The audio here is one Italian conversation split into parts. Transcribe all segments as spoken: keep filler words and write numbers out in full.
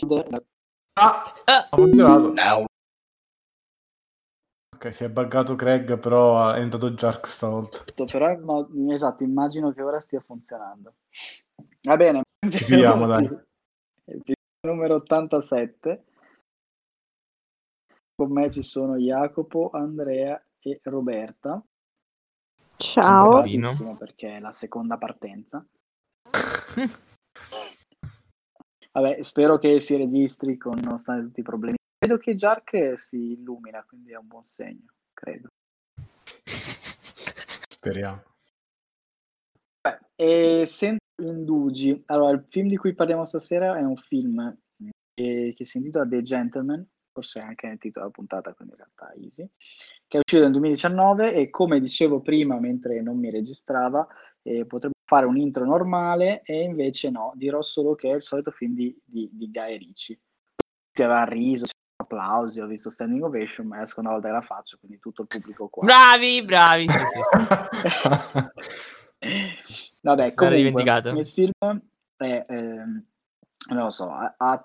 Mode. Ah, ha funzionato. No. Ok, si è buggato Craig, però è entrato Jark stavolta. Però, ma, esatto, immagino che ora stia funzionando. Va bene, Ci fidiamo, dai. Il numero ottantasette. Con me ci sono Jacopo, Andrea e Roberta. Ciao. Sono perché è la seconda partenza. Vabbè, spero che si registri con nonostante tutti i problemi. Vedo che Jark si illumina, quindi è un buon segno, credo. Speriamo. Beh, e senza indugi, allora il film di cui parliamo stasera è un film che, che si intitola The Gentleman, forse anche nel titolo della puntata, quindi in realtà easy, che è uscito nel duemiladiciannove e come dicevo prima mentre non mi registrava, eh, potremmo fare un intro normale e invece no, dirò solo che è il solito film di, di, di Guy Ritchie, che aveva riso, applausi, ho visto standing ovation, ma è la seconda volta che la faccio, quindi tutto il pubblico qua. Bravi, bravi, sì, sì, sì. Vabbè, comunque, il film è, ehm, non lo so, ha, ha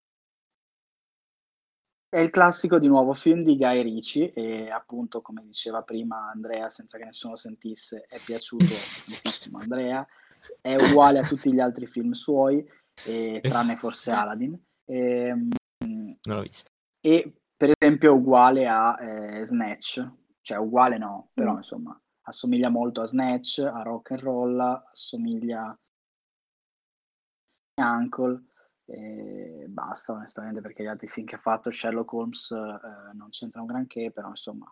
è il classico di nuovo film di Guy Ritchie e appunto, come diceva prima Andrea, senza che nessuno sentisse, è piaciuto moltissimo Andrea, è uguale a tutti gli altri film suoi, e, esatto. Tranne forse Aladdin. E, non l'ho visto. E per esempio è uguale a eh, Snatch, cioè uguale no, però mm. insomma assomiglia molto a Snatch, a Rock and Roll, assomiglia a Uncle. E basta onestamente, perché gli altri film che ha fatto Sherlock Holmes eh, non c'entra un granché, però insomma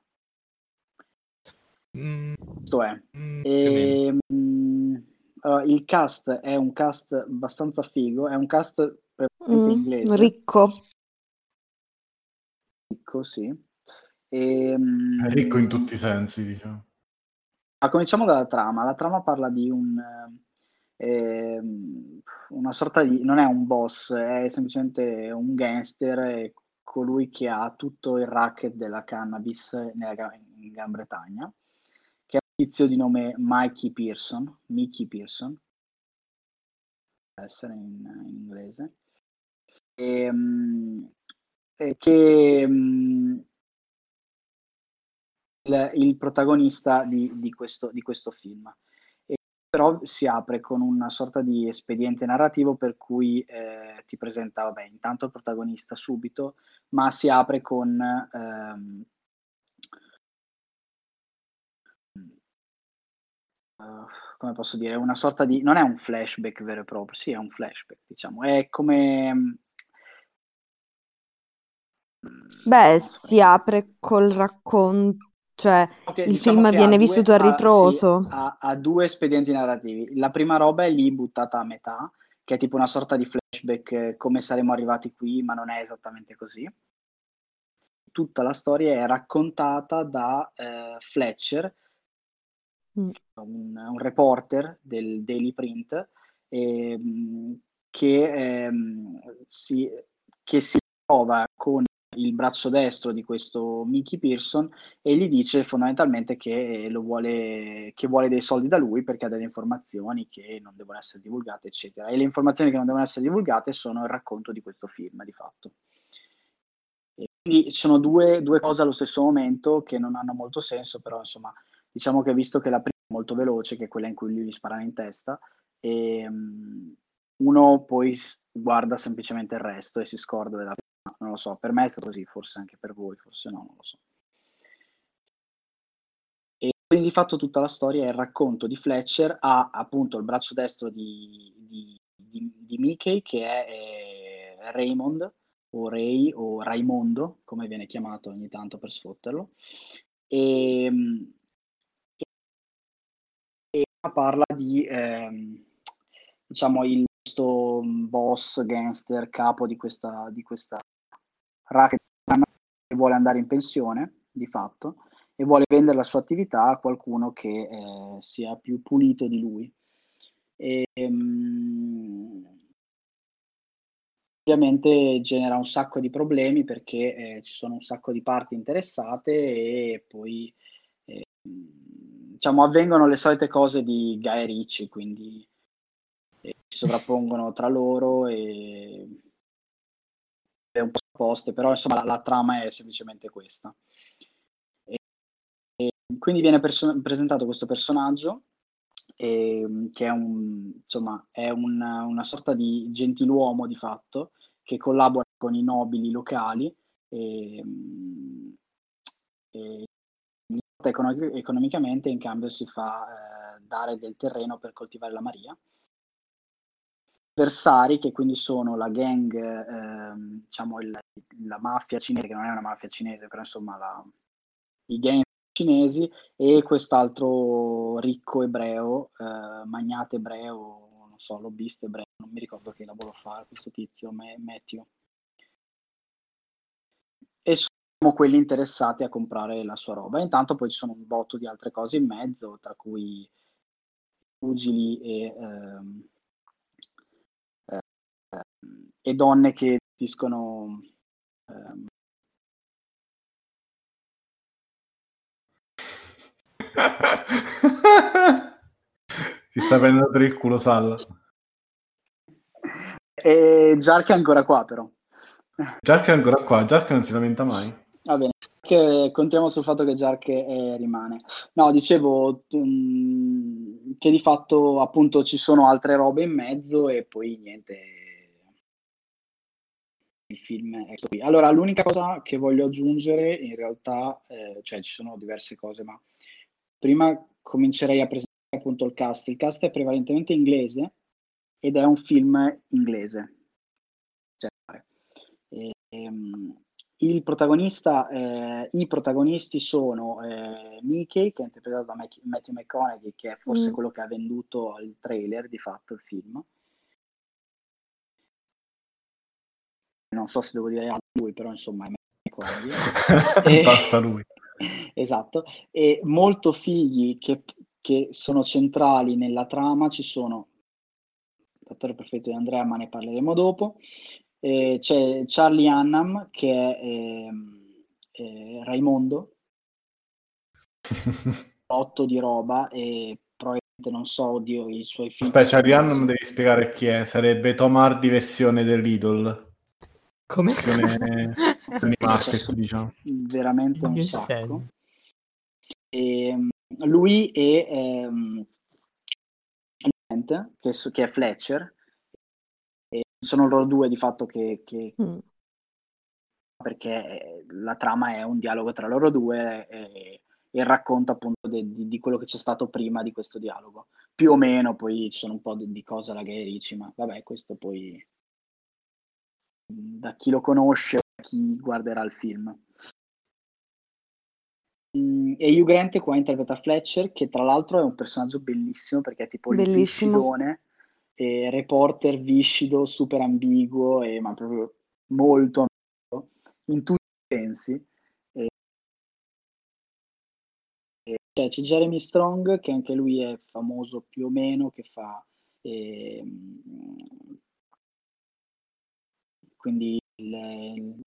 mm, questo è mm, e, mh, uh, il cast è un cast abbastanza figo, è un cast prettamente mm, inglese, ricco ricco sì e, mh, è ricco in tutti i sensi, diciamo. Ma cominciamo dalla trama. La trama parla di un eh, una sorta di, non è un boss, è semplicemente un gangster, è colui che ha tutto il racket della cannabis nella, in Gran Bretagna, che è un tizio di nome Mikey Pearson, Mickey Pearson, deve essere in, in inglese, e, e che il, il protagonista di, di, questo, di questo film. Però si apre con una sorta di espediente narrativo per cui eh, ti presenta, vabbè, intanto il protagonista subito, ma si apre con ehm, uh, come posso dire, una sorta di, non è un flashback vero e proprio, sì è un flashback, diciamo, è come... Beh, si apre col racconto, cioè okay, il diciamo film viene due, vissuto a ritroso. Ha, sì, ha, ha due espedienti narrativi. La prima roba è lì buttata a metà, che è tipo una sorta di flashback, eh, come saremo arrivati qui, ma non è esattamente così. Tutta la storia è raccontata da eh, Fletcher, mm. un, un reporter del Daily Print, ehm, che, ehm, si, che si trova con il braccio destro di questo Mickey Pearson e gli dice fondamentalmente che lo vuole, che vuole dei soldi da lui perché ha delle informazioni che non devono essere divulgate, eccetera. E le informazioni che non devono essere divulgate sono il racconto di questo film, di fatto. E quindi ci sono due, due cose allo stesso momento che non hanno molto senso, però insomma, diciamo che visto che la prima è molto veloce, che è quella in cui lui gli sparano in testa, e um, uno poi guarda semplicemente il resto e si scorda della prima. Non lo so, per me è stato così, forse anche per voi, forse no, non lo so. E quindi di fatto tutta la storia è il racconto di Fletcher, ha appunto il braccio destro di, di, di, di Mickey, che è eh, Raymond, o Ray, o Raimondo, come viene chiamato ogni tanto per sfotterlo, e, e, e parla di, ehm, diciamo, il questo boss, gangster, capo di questa, di questa racket che vuole andare in pensione, di fatto, e vuole vendere la sua attività a qualcuno che eh, sia più pulito di lui. E, um, ovviamente genera un sacco di problemi perché eh, ci sono un sacco di parti interessate e poi eh, diciamo avvengono le solite cose di Guy Ritchie, quindi eh, si sovrappongono tra loro e un po' poste, però insomma la, la trama è semplicemente questa. E, e quindi viene perso- presentato questo personaggio e, che è un insomma è un, una sorta di gentiluomo di fatto che collabora con i nobili locali e, e econo- economicamente in cambio si fa eh, dare del terreno per coltivare la Maria. Avversari che quindi sono la gang, ehm, diciamo il, la mafia cinese, che non è una mafia cinese, però insomma la, i gang cinesi e quest'altro ricco ebreo, eh, magnate ebreo, non so, lobbista ebreo, non mi ricordo che lavoro fa questo tizio, Me- Matthew. E sono quelli interessati a comprare la sua roba. Intanto poi ci sono un botto di altre cose in mezzo, tra cui pugili e, ehm, eh, e donne che gestiscono ehm, Si sta prendendo per il culo Salla. e Jark è ancora qua però. Jark è ancora qua, Jark non si lamenta mai. Va bene, che contiamo sul fatto che Jark eh, rimane. No, dicevo um, che di fatto appunto ci sono altre robe in mezzo e poi niente, il film è qui. Allora, l'unica cosa che voglio aggiungere in realtà, eh, cioè ci sono diverse cose, ma prima comincerei a presentare appunto il cast. Il cast è prevalentemente inglese ed è un film inglese. Cioè, e, ehm, il protagonista, eh, i protagonisti sono eh, Mickey, che è interpretato da Mac- Matthew McConaughey, che è forse Mm. quello che ha venduto il trailer di fatto il film. Non so se devo dire a lui, però insomma è Matthew McConaughey. Basta lui. Esatto, e molto fighi che, che sono centrali nella trama ci sono l'attore perfetto di Andrea, ma ne parleremo dopo. Eh, c'è Charlie Hunnam che è ehm, eh, Raimondo, otto di roba e probabilmente non so, oddio, i suoi film. Aspetta, Arianna non devi spiegare chi è, sarebbe Tom Hardy versione dell'Idol. Come? Versione market, diciamo. Veramente In un che sacco. senso? E, lui e ehm, che, che è Fletcher, e sono loro due di fatto che, che Mm. perché la trama è un dialogo tra loro due e, e racconta appunto de, di, di quello che c'è stato prima di questo dialogo. Più o meno, poi ci sono un po' di, di cose alla Guy Ritchie, ma vabbè, questo poi da chi lo conosce o da chi guarderà il film. Mm, e Hugh Grant qua interpreta Fletcher, che tra l'altro è un personaggio bellissimo perché è tipo il Bellissimo. viscidone, e reporter viscido, super ambiguo, e, ma proprio molto ambiguo in tutti i sensi. E, e, cioè, c'è Jeremy Strong, che anche lui è famoso più o meno, che fa ehm, quindi il, il-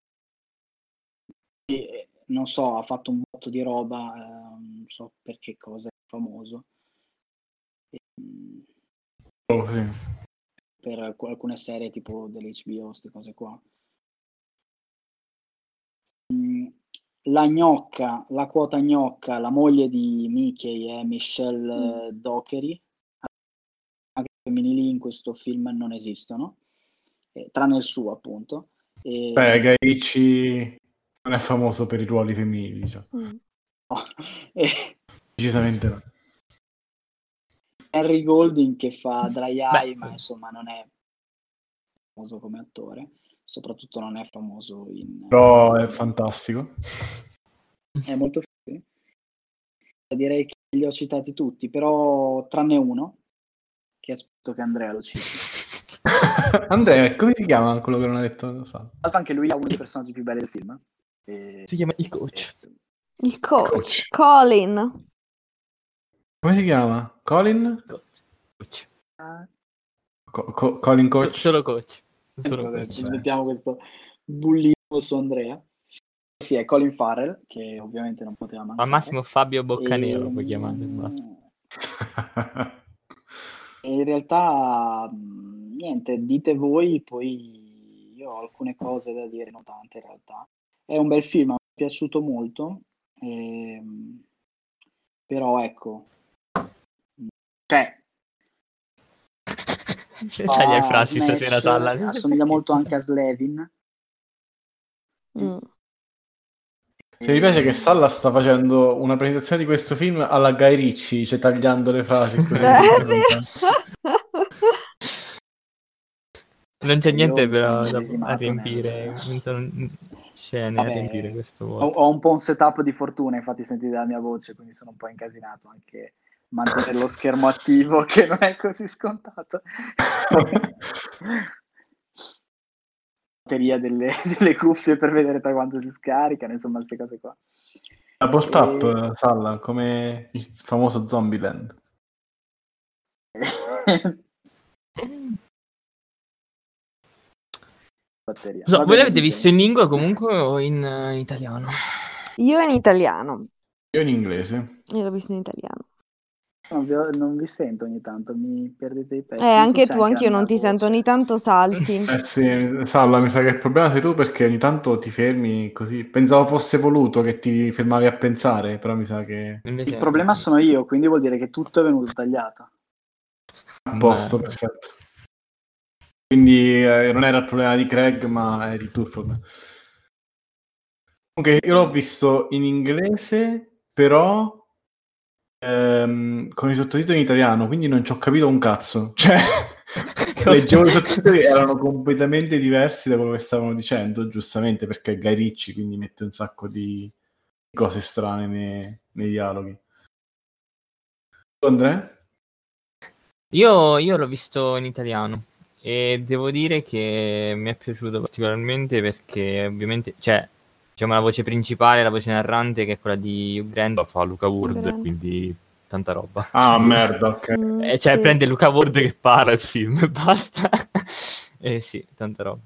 e, non so, ha fatto un botto di roba, eh, non so per che cosa è famoso. E, mm, Oh, sì. per alcune serie tipo dell'H B O, queste cose qua. Mm, la gnocca, la quota gnocca, la moglie di Mickey è Michelle eh, Dockery, anche i femminili in questo film non esistono, eh, tranne il suo appunto. E, Beh, Guy Ritchie non è famoso per i ruoli femminili, diciamo. Mm. no, e Decisamente no. Henry Golding che fa Dry Eye, Beh. ma insomma non è famoso come attore, soprattutto non è famoso in... Però è fantastico. È molto figo. Direi che li ho citati tutti, però tranne uno, che aspetto che Andrea lo citi. Andrea, come si chiama quello che non ha detto? Tra l'altro anche lui è uno dei personaggi più belli del film. E, Si chiama il coach. e, Il coach, Coach. Colin. Come si chiama? Colin? Coach. Co- co- Colin Coach? Solo coach. Solo vabbè, coach. smettiamo questo bullismo su Andrea. Sì, è Colin Farrell, che ovviamente non poteva mancare. Al massimo Fabio Boccanero e, lo puoi chiamare. Basta. E in realtà, mh, niente, dite voi, poi io io ho alcune cose da dire, non tante in realtà. È un bel film, mi è piaciuto molto, ehm, però ecco, cioè, Taglia il fa frasi stasera, Snatch, Salla. assomiglia molto anche a Slevin. Mm. Se mi piace che ehm, Salla sta facendo una presentazione di questo film alla Guy Ritchie, cioè tagliando le frasi. così. Eh, sì. Non c'è io niente mi sono però da, a immedesimato riempire, nel... non sono scene a riempire Vabbè, questo ho, vuoto. ho un po' un setup di fortuna, infatti sentite la mia voce, quindi sono un po' incasinato anche mantenere lo schermo attivo, che non è così scontato. Batteria delle, delle cuffie per vedere da quanto si scaricano, insomma, queste cose qua. La bolt E- up, Salla, come il famoso Zombieland. Batteria. So, Va voi bene, l'avete ditemi. visto in lingua comunque o in, eh, in italiano? Io in italiano. Io in inglese. Io l'ho visto in italiano. Non vi, non vi sento ogni tanto, mi perdete i pezzi. Eh, Non so anche se tu, anche anche la io non mia ti sento, voce- ogni tanto salti. Eh sì, Salla, mi sa che il problema sei tu perché ogni tanto ti fermi così. Pensavo fosse voluto che ti fermavi a pensare, però mi sa che... Invece, Il problema sono io, quindi vuol dire che tutto è venuto tagliato. A posto, Beh. perfetto. Quindi eh, non era il problema di Craig, ma eri tu il problema. Comunque io l'ho visto in inglese, però ehm, con i sottotitoli in italiano, quindi non ci ho capito un cazzo. Cioè, leggevo i sottotitoli e erano completamente diversi da quello che stavano dicendo, giustamente, perché è Guy Ritchie, quindi mette un sacco di cose strane nei, nei dialoghi. Tu, Andrea? Io, io l'ho visto in italiano e devo dire che mi è piaciuto particolarmente perché ovviamente, cioè, diciamo la voce principale, la voce narrante che è quella di Hugh Grant, fa Luca Ward, Grant. quindi tanta roba. Ah, merda, ok. Mm, Eh, cioè sì. prende Luca Ward che para il film e basta. Eh sì, tanta roba.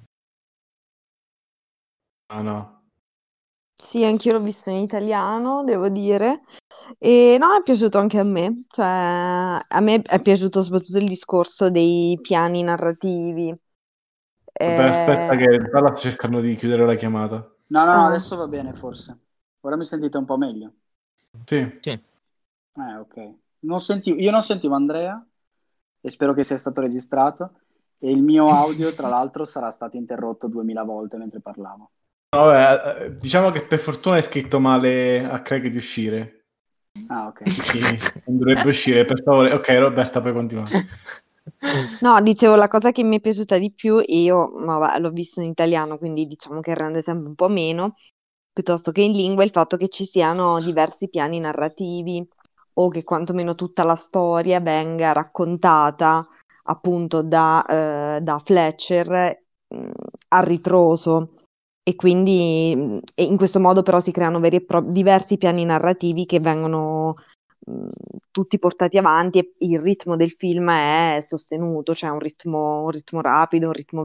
Ah, no. Sì, anch'io l'ho visto in italiano, devo dire. E no, è piaciuto anche a me. Cioè, a me è piaciuto soprattutto il discorso dei piani narrativi. Vabbè, aspetta Eh, che Salla sta cercando di chiudere la chiamata. No, no, no, ah, adesso va bene forse. Ora mi sentite un po' meglio. Sì. Sì. Eh, ok. Non sentivo, io non sentivo Andrea e spero che sia stato registrato e il mio audio, tra l'altro, sarà stato interrotto duemila volte mentre parlavo. No, vabbè, eh, diciamo che per fortuna è scritto male a Craig di uscire. Ah, ok. Sì, non dovrebbe uscire, per favore. Ok, Roberta, puoi continuare. no, dicevo, la cosa che mi è piaciuta di più, io ma va, l'ho visto in italiano, quindi diciamo che rende sempre un po' meno, piuttosto che in lingua, il fatto che ci siano diversi piani narrativi o che quantomeno tutta la storia venga raccontata appunto da, eh, da Fletcher mh, a ritroso. E quindi mh, e in questo modo però si creano veri e pro- diversi piani narrativi che vengono mh, tutti portati avanti e il ritmo del film è sostenuto, cioè un ritmo, un ritmo rapido, un ritmo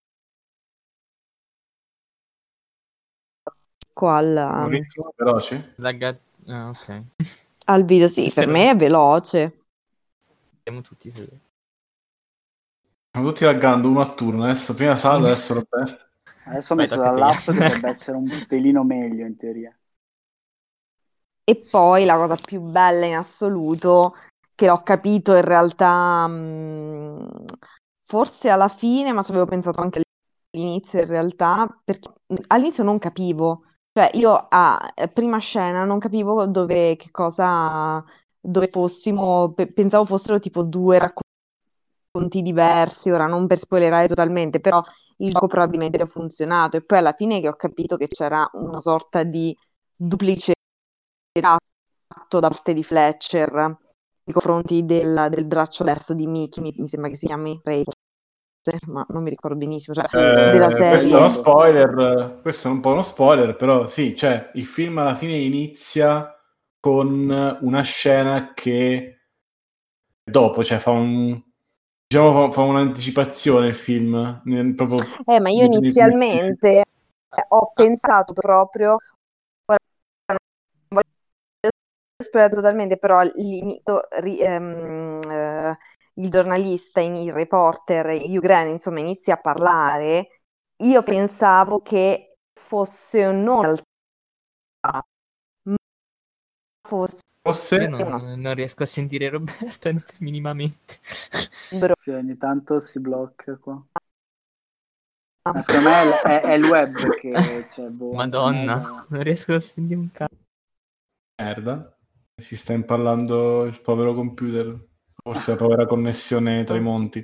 al, Un ritmo veloce? La ga- ah, ok. al video, sì, per Stasera me è veloce. siamo tutti seduti. Stiamo tutti laggando uno a turno. Adesso prima Salla, adesso Roberta. Adesso ho Vai, messo tocca a te. dall'app, dovrebbe essere un pelino meglio in teoria. E poi la cosa più bella in assoluto, che l'ho capito in realtà mh, forse alla fine, ma ci avevo pensato anche all'inizio in realtà, perché mh, all'inizio non capivo, cioè io a eh, prima scena non capivo dove, che cosa, dove fossimo, pe- pensavo fossero tipo due racconti diversi, ora non per spoilerare totalmente, però il gioco probabilmente ha funzionato e poi alla fine che ho capito che c'era una sorta di duplicità fatto da parte di Fletcher nei confronti del, del braccio destro di Mickey, mi, mi sembra che si chiami Ray, forse, ma non mi ricordo benissimo, cioè Sì, della Eh, questo è uno serie. spoiler, questo è un po' uno spoiler, però sì, cioè il film alla fine inizia con una scena che dopo, cioè fa un diciamo fa, fa un'anticipazione il film, nel- proprio Eh, ma io nei- nei- inizialmente ho pensato proprio, ora non voglio spoilerare totalmente, però l'inizio, ri- ehm, eh, il giornalista, in- il reporter, Hugh Grant, insomma, inizia a parlare io pensavo che fosse un non realtà, ma fosse Forse Io non, non riesco a sentire Roberta minimamente. bro- Sì, ogni tanto si blocca qua. Ma secondo me è, l- è- è il web che c'è, boh, anche a me Madonna, da- non riesco a sentire un cazzo. merda. Si sta impallando il povero computer. Forse la povera connessione tra i monti.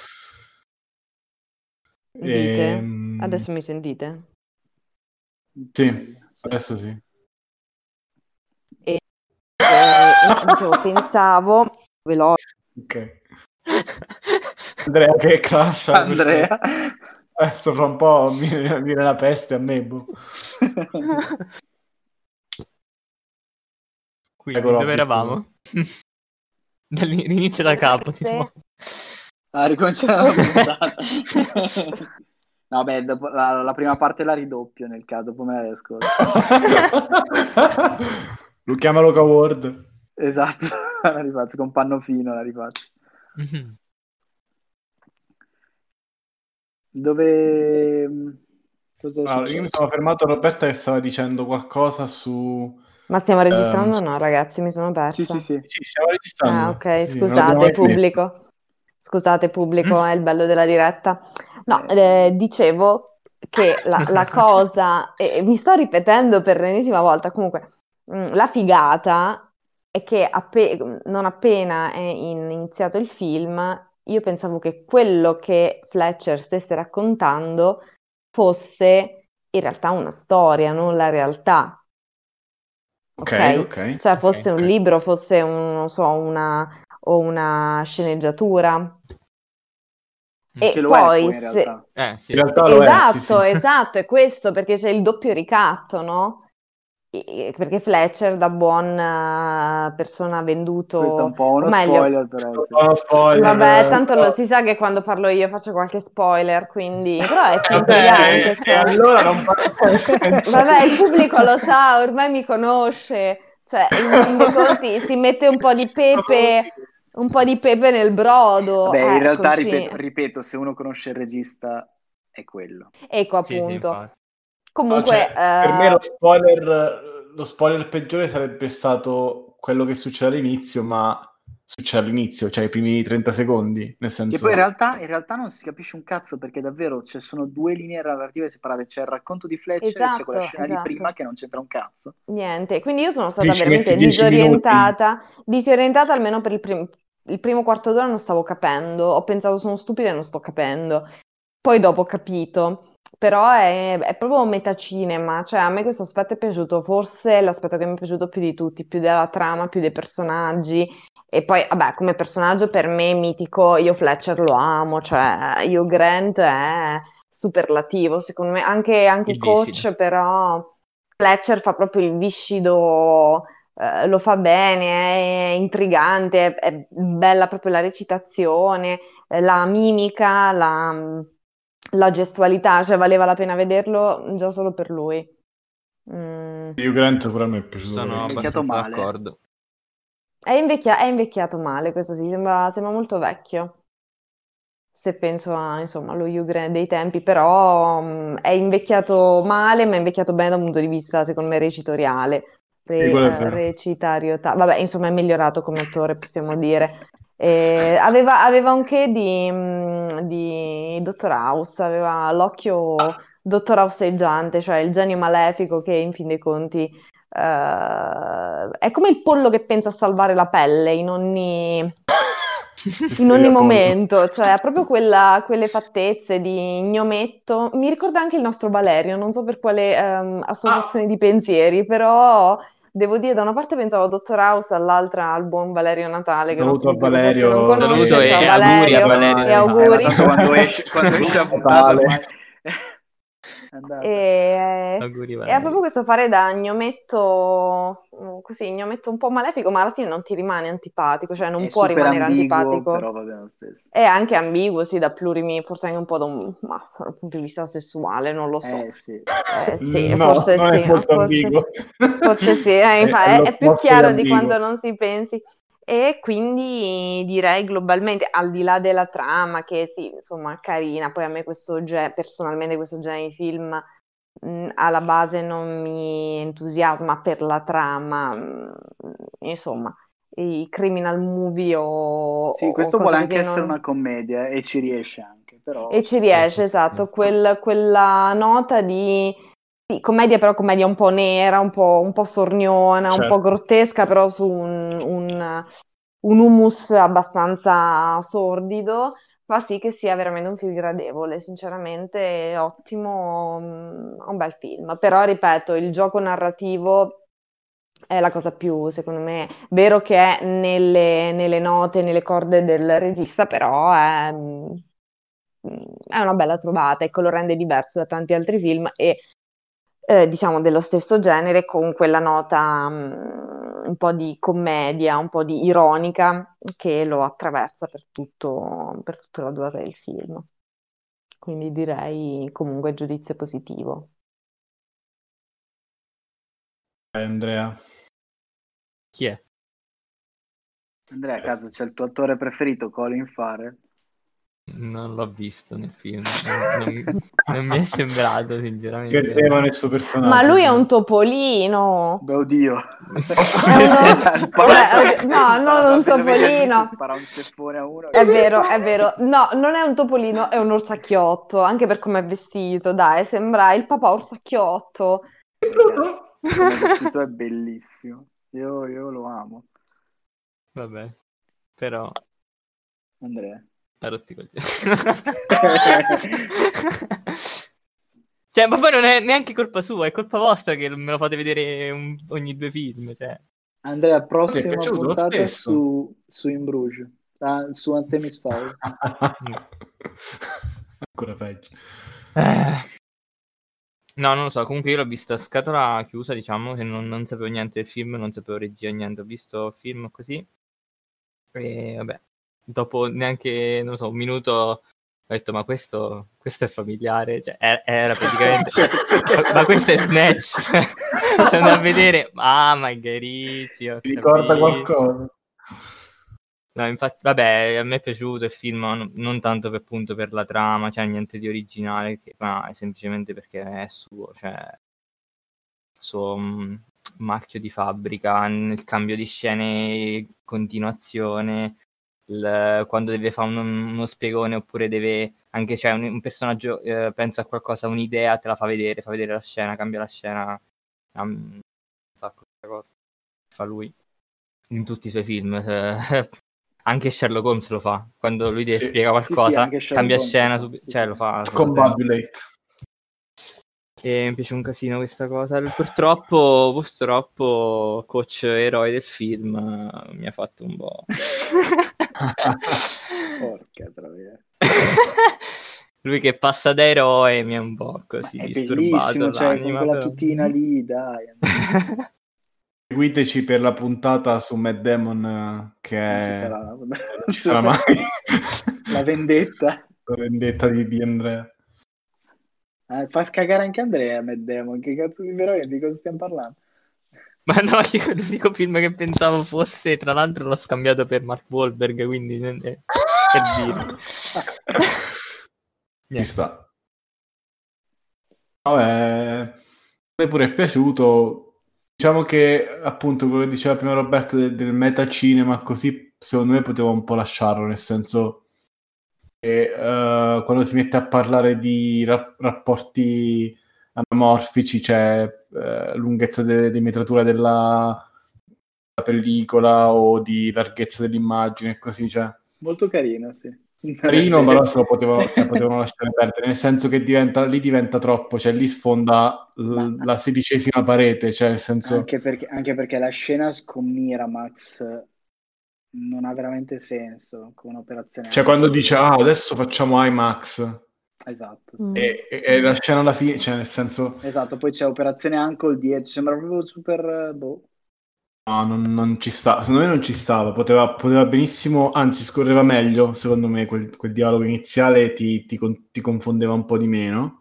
dite? Ehm, Adesso mi sentite? Sì, adesso sì. E, e- no, dicevo, pensavo, veloce, Ok. Andrea che clasha. Andrea. Adesso fra un po' mi mi viene la peste a me. boh. Quindi, Ecco, dove Robby, eravamo? Dall'inizio da capo, Sì. tipo. Ah, ricominciamo la puntata. No, beh, dopo- la, la prima parte la ridoppio nel caso, dopo me la riascolto. Lo chiama Loca Word. Esatto, la rifaccio con Pannofino, la rifaccio. Mhm. Dove... Cosa è Allora, io mi successo? sono fermato a Roberta che stava dicendo qualcosa su... Ma stiamo registrando? Ehm, No, ragazzi, mi sono Sì, persa. sì, sì. Sì, stiamo registrando. Ah, ok, Sì, non l'abbiamo scusate mai smesso. pubblico. Scusate pubblico, è il bello della diretta. No, Eh. eh, dicevo che la, la cosa, e mi sto ripetendo per l'ennesima volta, comunque, mh, la figata è che appe- non appena è in- iniziato il film, io pensavo che quello che Fletcher stesse raccontando fosse in realtà una storia, non la realtà. Ok, Ok? ok. Cioè fosse ok. un libro, fosse un, non so, una o una sceneggiatura. Che E lo è poi poi in se... realtà. Eh, sì. In realtà lo è, sì, Esatto, sì. esatto, è questo perché c'è il doppio ricatto, no? E- perché Fletcher, da buon eh, persona venduto, Questo è un po' uno o meglio, spoiler, però sì. Uno spoiler, vabbè, tanto però- lo si sa che quando parlo io faccio qualche spoiler, quindi però è più Eh, intrigante, e cioè. allora non parlo senso. Vabbè, il pubblico lo sa, ormai mi conosce, cioè in fin dei conti si mette un po' di pepe, un po' di pepe nel brodo, Vabbè, in eh, realtà, così. ripeto, ripeto, se uno conosce il regista, è quello. Ecco Sì, sì, appunto. infatti. No, Comunque, cioè, per me eh, lo spoiler, lo spoiler peggiore sarebbe stato quello che succede all'inizio, ma succede all'inizio, cioè i primi trenta secondi, nel Che senso... poi in realtà, in realtà non si capisce un cazzo, perché davvero ci sono due linee narrative separate, c'è il racconto di Fletcher e c'è quella esatto, scena di prima esatto. che non c'entra un cazzo. Niente, quindi io sono Sì, stata ci metti veramente dieci minuti. disorientata, disorientata almeno per il, prim- il primo quarto d'ora non stavo capendo, ho pensato sono stupida e non sto capendo, poi dopo ho capito, però è, è proprio metacinema, cioè a me questo aspetto è piaciuto, forse è l'aspetto che mi è piaciuto più di tutti, più della trama, più dei personaggi, e poi vabbè come personaggio per me mitico, io Fletcher lo amo, cioè Hugh Grant è superlativo, secondo me, anche, anche Il Coach viscido. però... Fletcher fa proprio il viscido, eh, lo fa bene, è intrigante, è, è bella proprio la recitazione, eh, la mimica, la, la gestualità, cioè valeva la pena vederlo già solo per lui. Mm. Hugh Grant pure a me è piaciuto Sono parecchio. Invecchiato abbastanza male. d'accordo. È, invecchia- è invecchiato male, questo sì, sembra, sembra molto vecchio. Se penso a, insomma, allo Hugh Grant dei tempi, però mh, è invecchiato male, ma è invecchiato bene da un punto di vista, secondo me, recitoriale, Sì, re, quello è eh, vero. recitarietà. Vabbè, insomma, è migliorato come attore, possiamo dire. Eh, aveva, aveva un che di, mh, di Dottor House, aveva l'occhio Dottor Houseggiante, cioè il genio malefico che, in fin dei conti, eh, è come il pollo che pensa a salvare la pelle in ogni in ogni momento, cioè ha proprio quella- quelle fattezze di gnometto. Mi ricorda anche il nostro Valerio, non so per quale ehm, associazione di pensieri, però devo dire, da una parte pensavo a Dottor House, dall'altra al buon Valerio Natale, che il nostro Saluto a pubblico forse non Valerio. conosce. Saluto Ciao e Valerio, auguri a Valerio e Natale. Eh, ma auguri. tanto quando esce, quando esce la puntata Natale. ormai è andata. E, Auguri, e ha Valerio. proprio questo fare da gnometto, mm, così, gnometto un po' malefico, ma alla fine non ti rimane antipatico, cioè non È può super rimanere ambiguo, antipatico. però va bene lo stesso. È anche ambiguo, sì, da plurimi, forse anche un po' da un, ma, dal punto di vista sessuale, non lo so. Eh sì. Eh, sì, No, forse non sì, è molto forse, ambiguo. forse sì, eh, È- infa- è è, è più l'opposto di chiaro di ambiguo. quanto non si pensi. E quindi direi globalmente, al di là della trama, che sì, insomma, carina, poi a me questo ge- personalmente questo genere di film mh, alla base non mi entusiasma per la trama, mh, insomma, i criminal movie o, Sì, o- o questo vuole cose anche così essere non... una commedia e ci riesce anche, però E ci Certo, riesce, sì, esatto, sì. quel- quella nota di sì, commedia, però commedia un po' nera, un po', un po' sorniona, un po' Certo. grottesca, però su un, un, un humus abbastanza sordido, fa sì che sia veramente un film gradevole, sinceramente ottimo, mm, un bel film. Però, ripeto, il gioco narrativo è la cosa più, secondo me, vero che è nelle, nelle note, nelle corde del regista, però è, mm, è una bella trovata, ecco, lo rende diverso da tanti altri film e eh, diciamo dello stesso genere con quella nota mm, un po' di commedia, un po' di ironica che lo attraversa per tutto, per tutta la durata del film. Quindi direi comunque giudizio positivo. Eh, Andrea. Chi è? Andrea, a caso c'è il tuo attore preferito, Colin Farrell? Non l'ho visto nel film, non, non- non mi è sembrato sinceramente. Credeva nel suo Ma personaggio. lui è cioè. un topolino. Beh, oddio. È uno... Spara- Beh, oddio, no, spara- non un lo vedi all'inizio, topolino. spara un ceffone a uno. È vero, è vero. No, non è un topolino, è un orsacchiotto, anche per come è vestito, dai, sembra il papà orsacchiotto. Come è vestito è bellissimo. Io, io lo amo. Vabbè, però Andrea. ha rotti i coglioni. Cioè, ma poi non è neanche colpa sua, è colpa vostra che me lo fate vedere un- ogni due film, cioè. Andrea, Ti è prossima piaciuto lo puntata stesso? su, su In Bruges, ah, su Artemis Fowl. Ancora peggio. Eh. No, non lo so, comunque io l'ho visto a scatola chiusa, diciamo, che non, non sapevo niente del film, non sapevo regia, niente, ho visto il film così, e vabbè, dopo neanche, non so, un minuto ho detto, ma questo, questo è familiare, cioè, era, era praticamente, ma questo è Snatch, sono andato a vedere, ah, Guy Ritchie, ho Ti ricorda capito. qualcosa? No, infatti, vabbè, a me è piaciuto il film, ma non, non tanto per, appunto per la trama, cioè niente di originale, che- ma semplicemente perché è suo, cioè il suo mh, marchio di fabbrica, nel cambio di scene, continuazione, il- quando deve fare uno, uno spiegone oppure deve, anche cioè, un, un personaggio eh, pensa a qualcosa, un'idea, te la fa vedere, fa vedere la scena, cambia la scena, um, fa questa cosa, fa lui in tutti i suoi film. eh, Anche Sherlock Holmes lo fa, quando lui deve Sì. spiegare Sì, sì, qualcosa, anche Sherlock cambia Holmes scena, lo fa, sub- sì, cioè sì. lo fa. Lo fa sempre. Combabulate. E mi piace un casino questa cosa. Purtroppo, purtroppo, coach eroe del film eh, mi ha fatto un po'. Porca troia. Lui che passa da eroe mi ha un po' così Ma è disturbato bellissimo, cioè, con l'anima. quella Però. tutina lì, dai. Seguiteci per la puntata su Matt Damon, eh, che Non ci è... sarà, non ci sarà mai. La vendetta. La vendetta di, di Andrea. Eh, fa scagare anche Andrea, Matt Damon. Che cazzo di vero, di cosa stiamo parlando? Ma no, io l'unico film che pensavo fosse, tra l'altro l'ho scambiato per Mark Wahlberg, quindi eh, per dire. Ci sta. Vabbè, a me pure è piaciuto. Diciamo che appunto quello che diceva prima Roberto del, del metacinema, così secondo me poteva un po' lasciarlo, nel senso che eh, quando si mette a parlare di ra- rapporti anamorfici, cioè eh, lunghezza de- di metratura della, della pellicola o di larghezza dell'immagine e così, cioè Molto carino, sì. carino, però se lo potevano, cioè, potevano lasciare perdere, nel senso che diventa, lì diventa troppo, cioè lì sfonda l- Ma- la sedicesima parete, cioè nel senso... Anche perché, anche perché la scena con Miramax non ha veramente senso come un'operazione. Cioè anche quando così. dice, ah, adesso facciamo IMAX, Esatto, Mm. sì. e, e- e la scena alla fine, cioè nel senso... Esatto, poi c'è Operazione Uncle dietro, sembra proprio super... Boh. No, non, non ci sta, secondo me non ci stava, poteva, poteva benissimo, anzi scorreva meglio, secondo me, quel, quel dialogo iniziale ti, ti con- ti confondeva un po' di meno.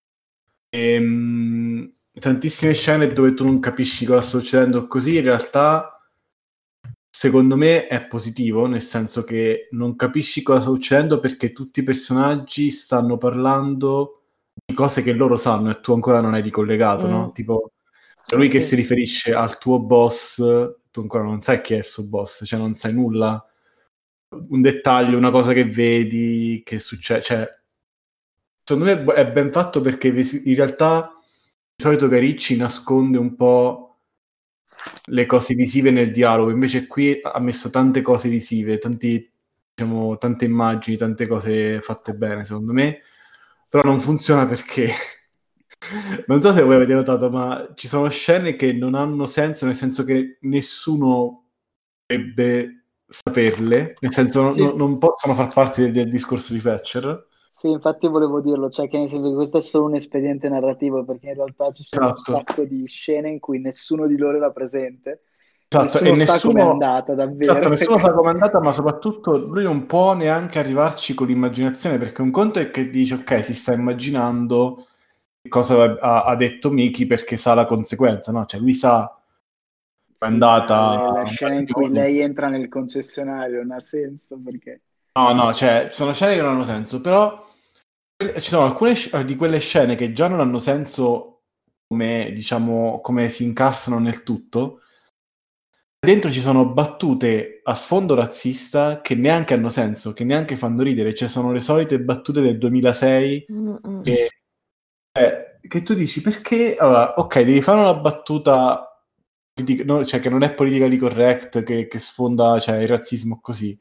Ehm, tantissime scene dove tu non capisci cosa sta succedendo così, in realtà secondo me è positivo, nel senso che non capisci cosa sta succedendo perché tutti i personaggi stanno parlando di cose che loro sanno e tu ancora non hai di collegato, Mm. no? Tipo, lui che Sì. si riferisce al tuo boss, tu ancora non sai chi è il suo boss, cioè non sai nulla. Un dettaglio, una cosa che vedi, che succede, cioè secondo me è ben fatto perché in realtà di solito Guy Ritchie nasconde un po' le cose visive nel dialogo, invece qui ha messo tante cose visive, tanti, diciamo, tante immagini, tante cose fatte bene, secondo me, però non funziona perché non so se voi avete notato, ma ci sono scene che non hanno senso, nel senso che nessuno dovrebbe saperle, nel senso non, Sì. non- non possono far parte del, del discorso di Fletcher. Sì, infatti volevo dirlo, cioè che nel senso che questo è solo un espediente narrativo, perché in realtà ci sono un Esatto. sacco di scene in cui nessuno di loro era presente, Esatto, nessuno e sa nessuno, com'è andata davvero. esatto, nessuno sa com'è andata, ma soprattutto lui non può neanche arrivarci con l'immaginazione, perché un conto è che dice, ok, si sta immaginando che cosa ha, ha detto Miki perché sa la conseguenza, no? Cioè lui sa com'è Sì, andata ma le- la un scena paio in di cui giorni. lei entra nel concessionario non ha senso, perché No, no, cioè, ci sono scene che non hanno senso, però ci sono alcune sc- di quelle scene che già non hanno senso come, diciamo, come si incastrano nel tutto. Dentro ci sono battute a sfondo razzista che neanche hanno senso, che neanche fanno ridere. Cioè, sono le solite battute del duemilasei Mm-mm. che, eh, che tu dici, perché? Allora, ok, devi fare una battuta politica- no, cioè, che non è politically correct, che, che sfonda, cioè, il razzismo così.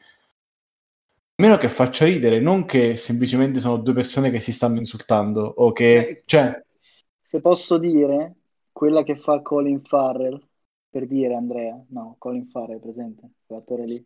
A meno che faccia ridere, non che semplicemente sono due persone che si stanno insultando o che, Beh, cioè, se posso dire, quella che fa Colin Farrell, per dire Andrea, no, Colin Farrell, presente, quell'attore lì,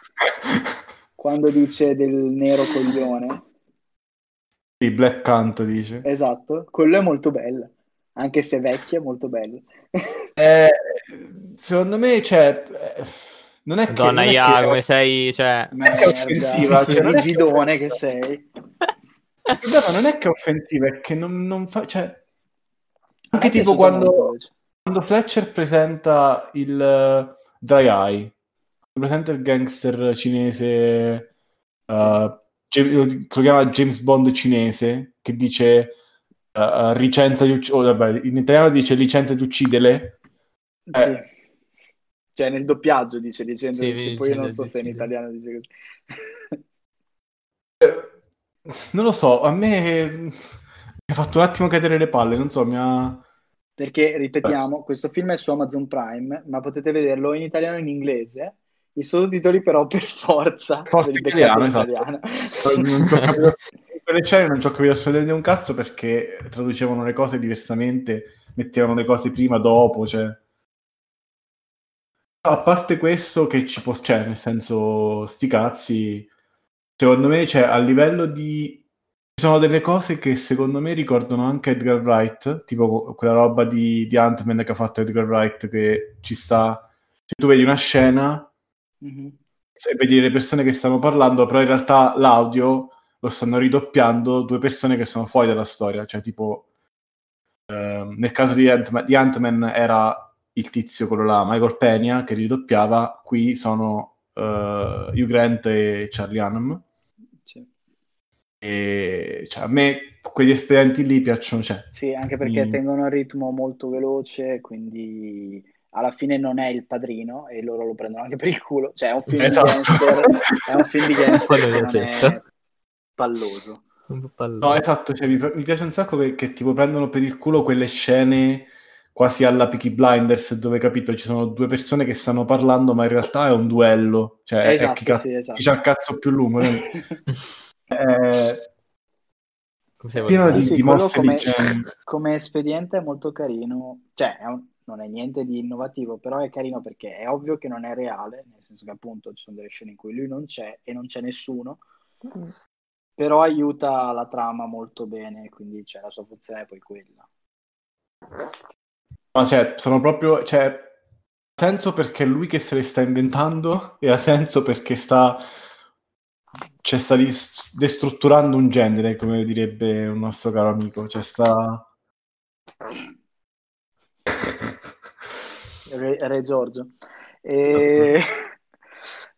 quando dice del nero coglione, sì, Black Canto dice. esatto, quello è molto bello, anche se è vecchia, è molto bello. Eh, secondo me, cioè, eh, non è che, Madonna, non è che, Ia, come sei, cioè... non è che è offensiva, Merda, cioè, non è che è rigidone che offensiva. sei. Il problema non è che è offensiva, è che non, non fa, cioè, A me anche è tipo piaciuto molto quando, invece. quando Fletcher presenta il eh, Dry Eye, presenta il gangster cinese, uh, che lo chiama James Bond cinese, che dice uh, licenza di ucc- oh, vabbè, in italiano dice licenza di uccidere. Sì. Eh, Cioè nel doppiaggio dice licenza Sì, di uccidere, poi io non so licenza se in di uccidere. italiano dice così. non lo so, a me mi ha fatto un attimo cadere le palle, non so, mi ha... Perché, ripetiamo, questo film è su Amazon Prime, ma potete vederlo in italiano e in inglese. I sottotitoli però per forza ve Forza li beccate italiano, in esatto. italiano. Non ci ho capito, in quelle scene non ci ho capito assolutamente un cazzo perché traducevano le cose diversamente, mettevano le cose prima, dopo, cioè... A parte questo che ci può... cioè, nel senso, sti cazzi, secondo me, cioè, a livello di... Ci sono delle cose che secondo me ricordano anche Edgar Wright, tipo quella roba di, di Ant-Man che ha fatto Edgar Wright, che ci sta... Cioè, tu vedi una scena Mhm. e vedi le persone che stanno parlando, però in realtà l'audio lo stanno ridoppiando due persone che sono fuori dalla storia, cioè tipo ehm, nel caso di Ant-Man, di Ant-Man era il tizio quello là, Michael Peña, che ridoppiava, qui sono eh, Hugh Grant e Charlie Hunnam, Sì. e cioè, a me quegli esperienti lì piacciono, cioè, Sì, anche perché mi- tengono il ritmo molto veloce, quindi alla fine non è il padrino e loro lo prendono anche per il culo. Cioè, è un film di Esatto. gangster, è un film di gangster Quello che lo non è sento. palloso. Un po' No, palloso. esatto, cioè, mi, mi piace un sacco che, che tipo prendono per il culo quelle scene quasi alla Peaky Blinders dove, capito, ci sono due persone che stanno parlando ma in realtà è un duello, cioè è chi, Esatto, cazzo, sì, esatto. chi c'ha il cazzo più lungo, no? È Come sei pieno Sì, di, sì, di quello mosse di come, genere. come espediente è molto carino, cioè è un- non è niente di innovativo, però è carino perché è ovvio che non è reale, nel senso che appunto ci sono delle scene in cui lui non c'è e non c'è nessuno, Mm. però aiuta la trama molto bene, quindi cioè, la sua funzione è poi quella. Ma cioè, sono proprio, cioè, ha senso perché è lui che se le sta inventando e ha senso perché sta, cioè, sta ris- destrutturando un genere, come direbbe un nostro caro amico, cioè sta... Re, Re Giorgio. E...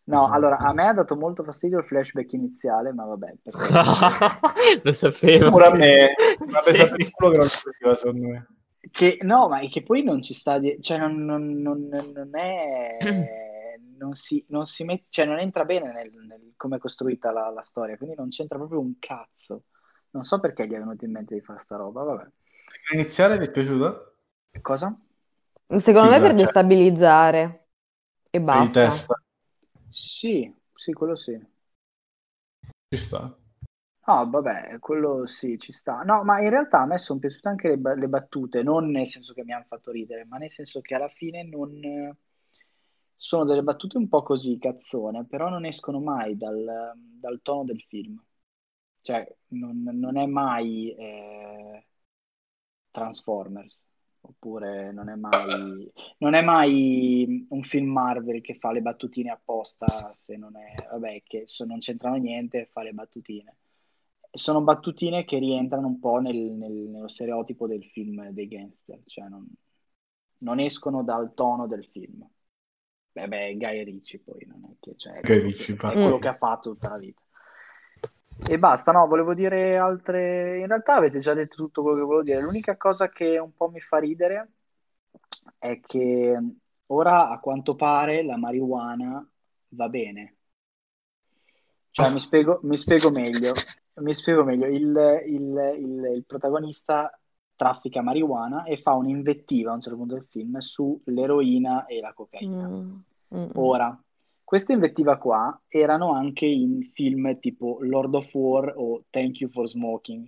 No, allora, a me ha dato molto fastidio il flashback iniziale, ma vabbè, perché... Lo sapevo. Pure a me, una Sì. pesata di culo che non si faceva, secondo me. Che, no, ma che poi non ci sta, di- cioè non, non- non- non è, non si, non si mette, cioè non entra bene nel, nel come è costruita la, la storia, quindi non c'entra proprio un cazzo. Non so perché gli è venuto in mente di fare sta roba, vabbè. L'iniziale ti è piaciuta? Cosa? Secondo me Sigla, per cioè, destabilizzare e di basta. testa. Sì, sì, quello sì. Ci sta. No, vabbè, quello sì, ci sta. No, ma in realtà a me sono piaciute anche le, ba- le battute, non nel senso che mi hanno fatto ridere, ma nel senso che alla fine non... Sono delle battute un po' così, cazzone, però non escono mai dal, dal tono del film. Cioè, non, non è mai eh, Transformers, oppure non è mai, non è mai un film Marvel che fa le battutine apposta, se non è, vabbè, che so- non c'entrano niente, fa le battutine. Sono battutine che rientrano un po' nel- nel- nello stereotipo del film dei gangster, cioè non, non escono dal tono del film. Beh, beh, Guy Ritchie poi non è che, cioè, è Che quello dici, che, è Mm. quello che ha fatto tutta la vita. E basta, no, volevo dire altre... In realtà avete già detto tutto quello che volevo dire. L'unica cosa che un po' mi fa ridere è che ora, a quanto pare, la marijuana va bene. Cioè, mi spiego, mi spiego meglio. Mi spiego meglio. Il, il- il- il protagonista traffica marijuana e fa un'invettiva a un certo punto del film sull'eroina e la cocaina. Mm, mm, mm. Ora, queste invettiva qua erano anche in film tipo Lord of War o Thank You for Smoking,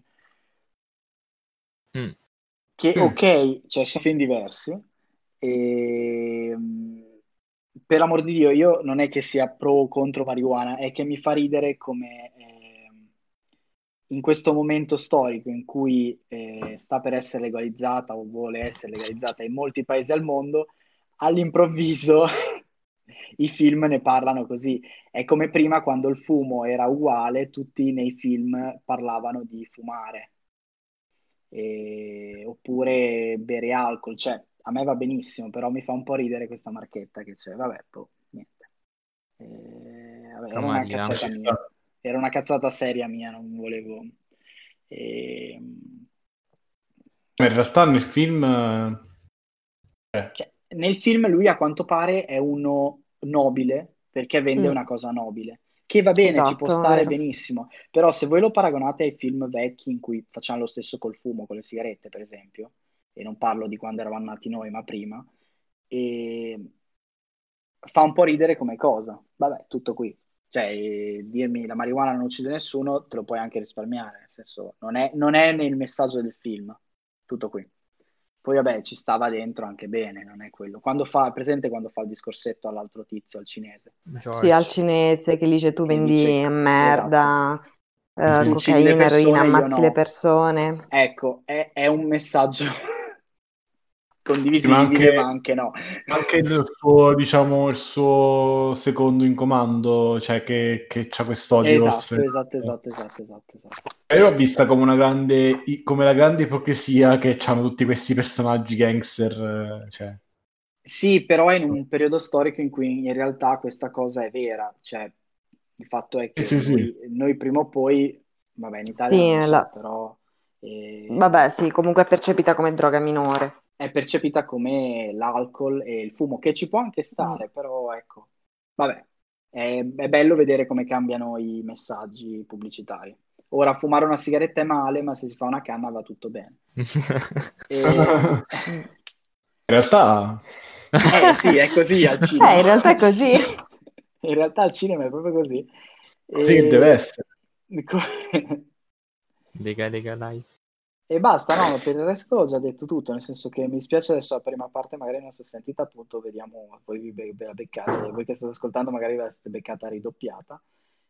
Mm. che Mm. ok, cioè sono film diversi, e, mh, per amor di Dio, io non è che sia pro o contro marijuana, è che mi fa ridere come ehm, in questo momento storico in cui eh, sta per essere legalizzata o vuole essere legalizzata in molti paesi al mondo, all'improvviso i film ne parlano così. È come prima quando il fumo era uguale, tutti nei film parlavano di fumare. E- oppure bere alcol, cioè a me va benissimo, però mi fa un po' ridere questa marchetta che c'è, vabbè, boh, niente. Eh, vabbè, era una Cromatica. cazzata Ci mia, sta. era una cazzata seria mia, non volevo... ehm, Ma in realtà nel film... eh, cioè, nel film lui a quanto pare è uno nobile perché vende Mm. una cosa nobile, che va bene, ci può Esatto, stare vero. benissimo, però se voi lo paragonate ai film vecchi in cui facciamo lo stesso col fumo, con le sigarette per esempio, e non parlo di quando eravamo nati noi, ma prima, e fa un po' ridere come cosa. Vabbè, tutto qui. Cioè, eh, dirmi la marijuana non uccide nessuno, te lo puoi anche risparmiare, nel senso, non è, non è nel messaggio del film, tutto qui. Poi vabbè, ci stava dentro anche bene, non è quello. Quando fa, presente quando fa il discorsetto all'altro tizio, al cinese, Sì, al George. cinese che dice tu che dice, vendi esatto, merda, eh, sì. tu uccidi le cocaina, eroina, persone, io ammazzi le no. persone. Ecco, è, è un messaggio Sì, ma condivisibile, ma anche, anche no. anche il suo, diciamo, il suo secondo in comando, cioè che, che c'ha quest'odio Esatto, sfrenato. esatto, esatto, esatto, esatto, esatto. Io l'ho vista come una grande, come la grande ipocrisia che hanno tutti questi personaggi gangster, eh, cioè. Sì, però è in un periodo storico in cui in realtà questa cosa è vera, cioè il fatto è Sì, che sì, sì. noi, noi prima o poi, vabbè, in Italia non Sì, lo so, la- però eh, vabbè, sì, comunque è percepita come droga minore. è percepita come l'alcol e il fumo, che ci può anche Mm. stare, però ecco, vabbè, è, è bello vedere come cambiano i messaggi pubblicitari. Ora, fumare una sigaretta è male, ma se si fa una canna va tutto bene. E... Mm. In realtà, Eh sì, è così al Eh, cinema. in realtà è così. In realtà al cinema è proprio così. così che deve E... essere. Lega, legalize. E basta, no, per il resto ho già detto tutto, nel senso che mi spiace adesso la prima parte magari non si è sentita, appunto, vediamo, voi vi be- ve la beccate, voi che state ascoltando magari ve la siete beccata ridoppiata.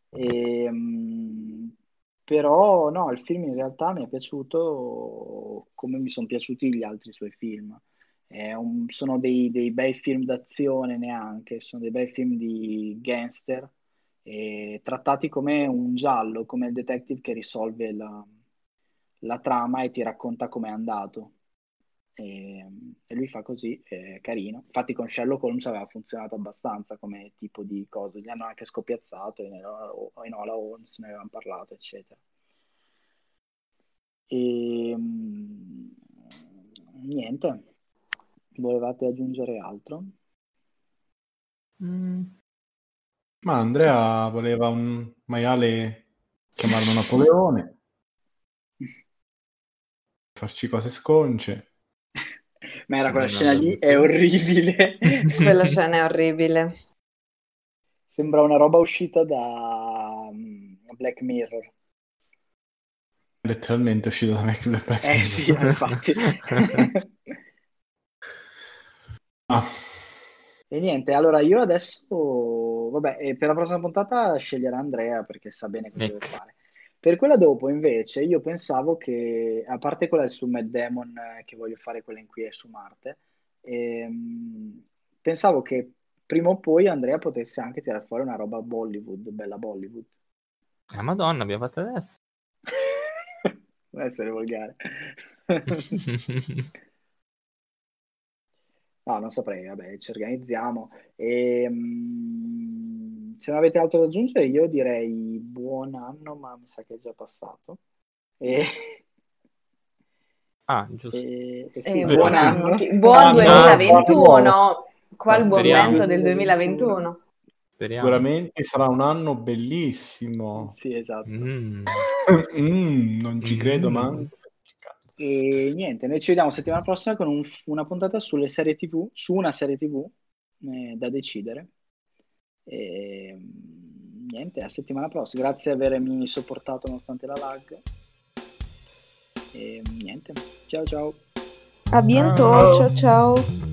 Ehm, però no, il film in realtà mi è piaciuto come mi sono piaciuti gli altri suoi film. È un- sono dei, dei bei film d'azione neanche, sono dei bei film di gangster, eh, trattati come un giallo, come il detective che risolve la, la trama e ti racconta com'è andato. e, e lui fa così, è carino. Infatti con Sherlock Holmes aveva funzionato abbastanza come tipo di cose, gli hanno anche scoppiazzato, in Enola Holmes ne avevano parlato, eccetera. E mm, niente, volevate aggiungere altro? Mm. Ma Andrea voleva un maiale, chiamarlo Napoleone, farci cose sconce. Ma era quella Non scena lì, è avevo- orribile. Quella scena è orribile. Sembra una roba uscita da mm, Black Mirror. Letteralmente è uscito da Mac Black Eh Mirror. sì, infatti. Ah, E niente, allora io adesso, vabbè, eh, per la prossima puntata sceglierà Andrea perché sa bene cosa deve Ecco. fare. Per quella dopo, invece, io pensavo che, a parte quella su Matt Damon, eh, che voglio fare quella in cui è su Marte, ehm, pensavo che prima o poi Andrea potesse anche tirare fuori una roba Bollywood, bella Bollywood. Ah, Madonna, abbiamo fatto adesso. Non essere volgare. No, non saprei, vabbè, ci organizziamo. E, mm, se non avete altro da aggiungere, io direi buon anno, ma mi sa che è già passato. E, Ah, giusto. e- e sì, Eh, Vero, buon buon sì. anno, anno. sì. Buon Anno duemilaventuno. Qua il buon Speriamo. vento del duemilaventuno. duemilaventuno. Speriamo. sicuramente sarà un anno bellissimo. Sì, esatto. Mm. Mm, non ci credo, Mm. manco. E niente, noi ci vediamo settimana prossima con un- una puntata sulle serie T V, su una serie T V eh, da decidere. E mm, niente, a settimana prossima. Grazie di avermi sopportato nonostante la lag. E niente, ciao ciao. A bientôt, ciao ciao.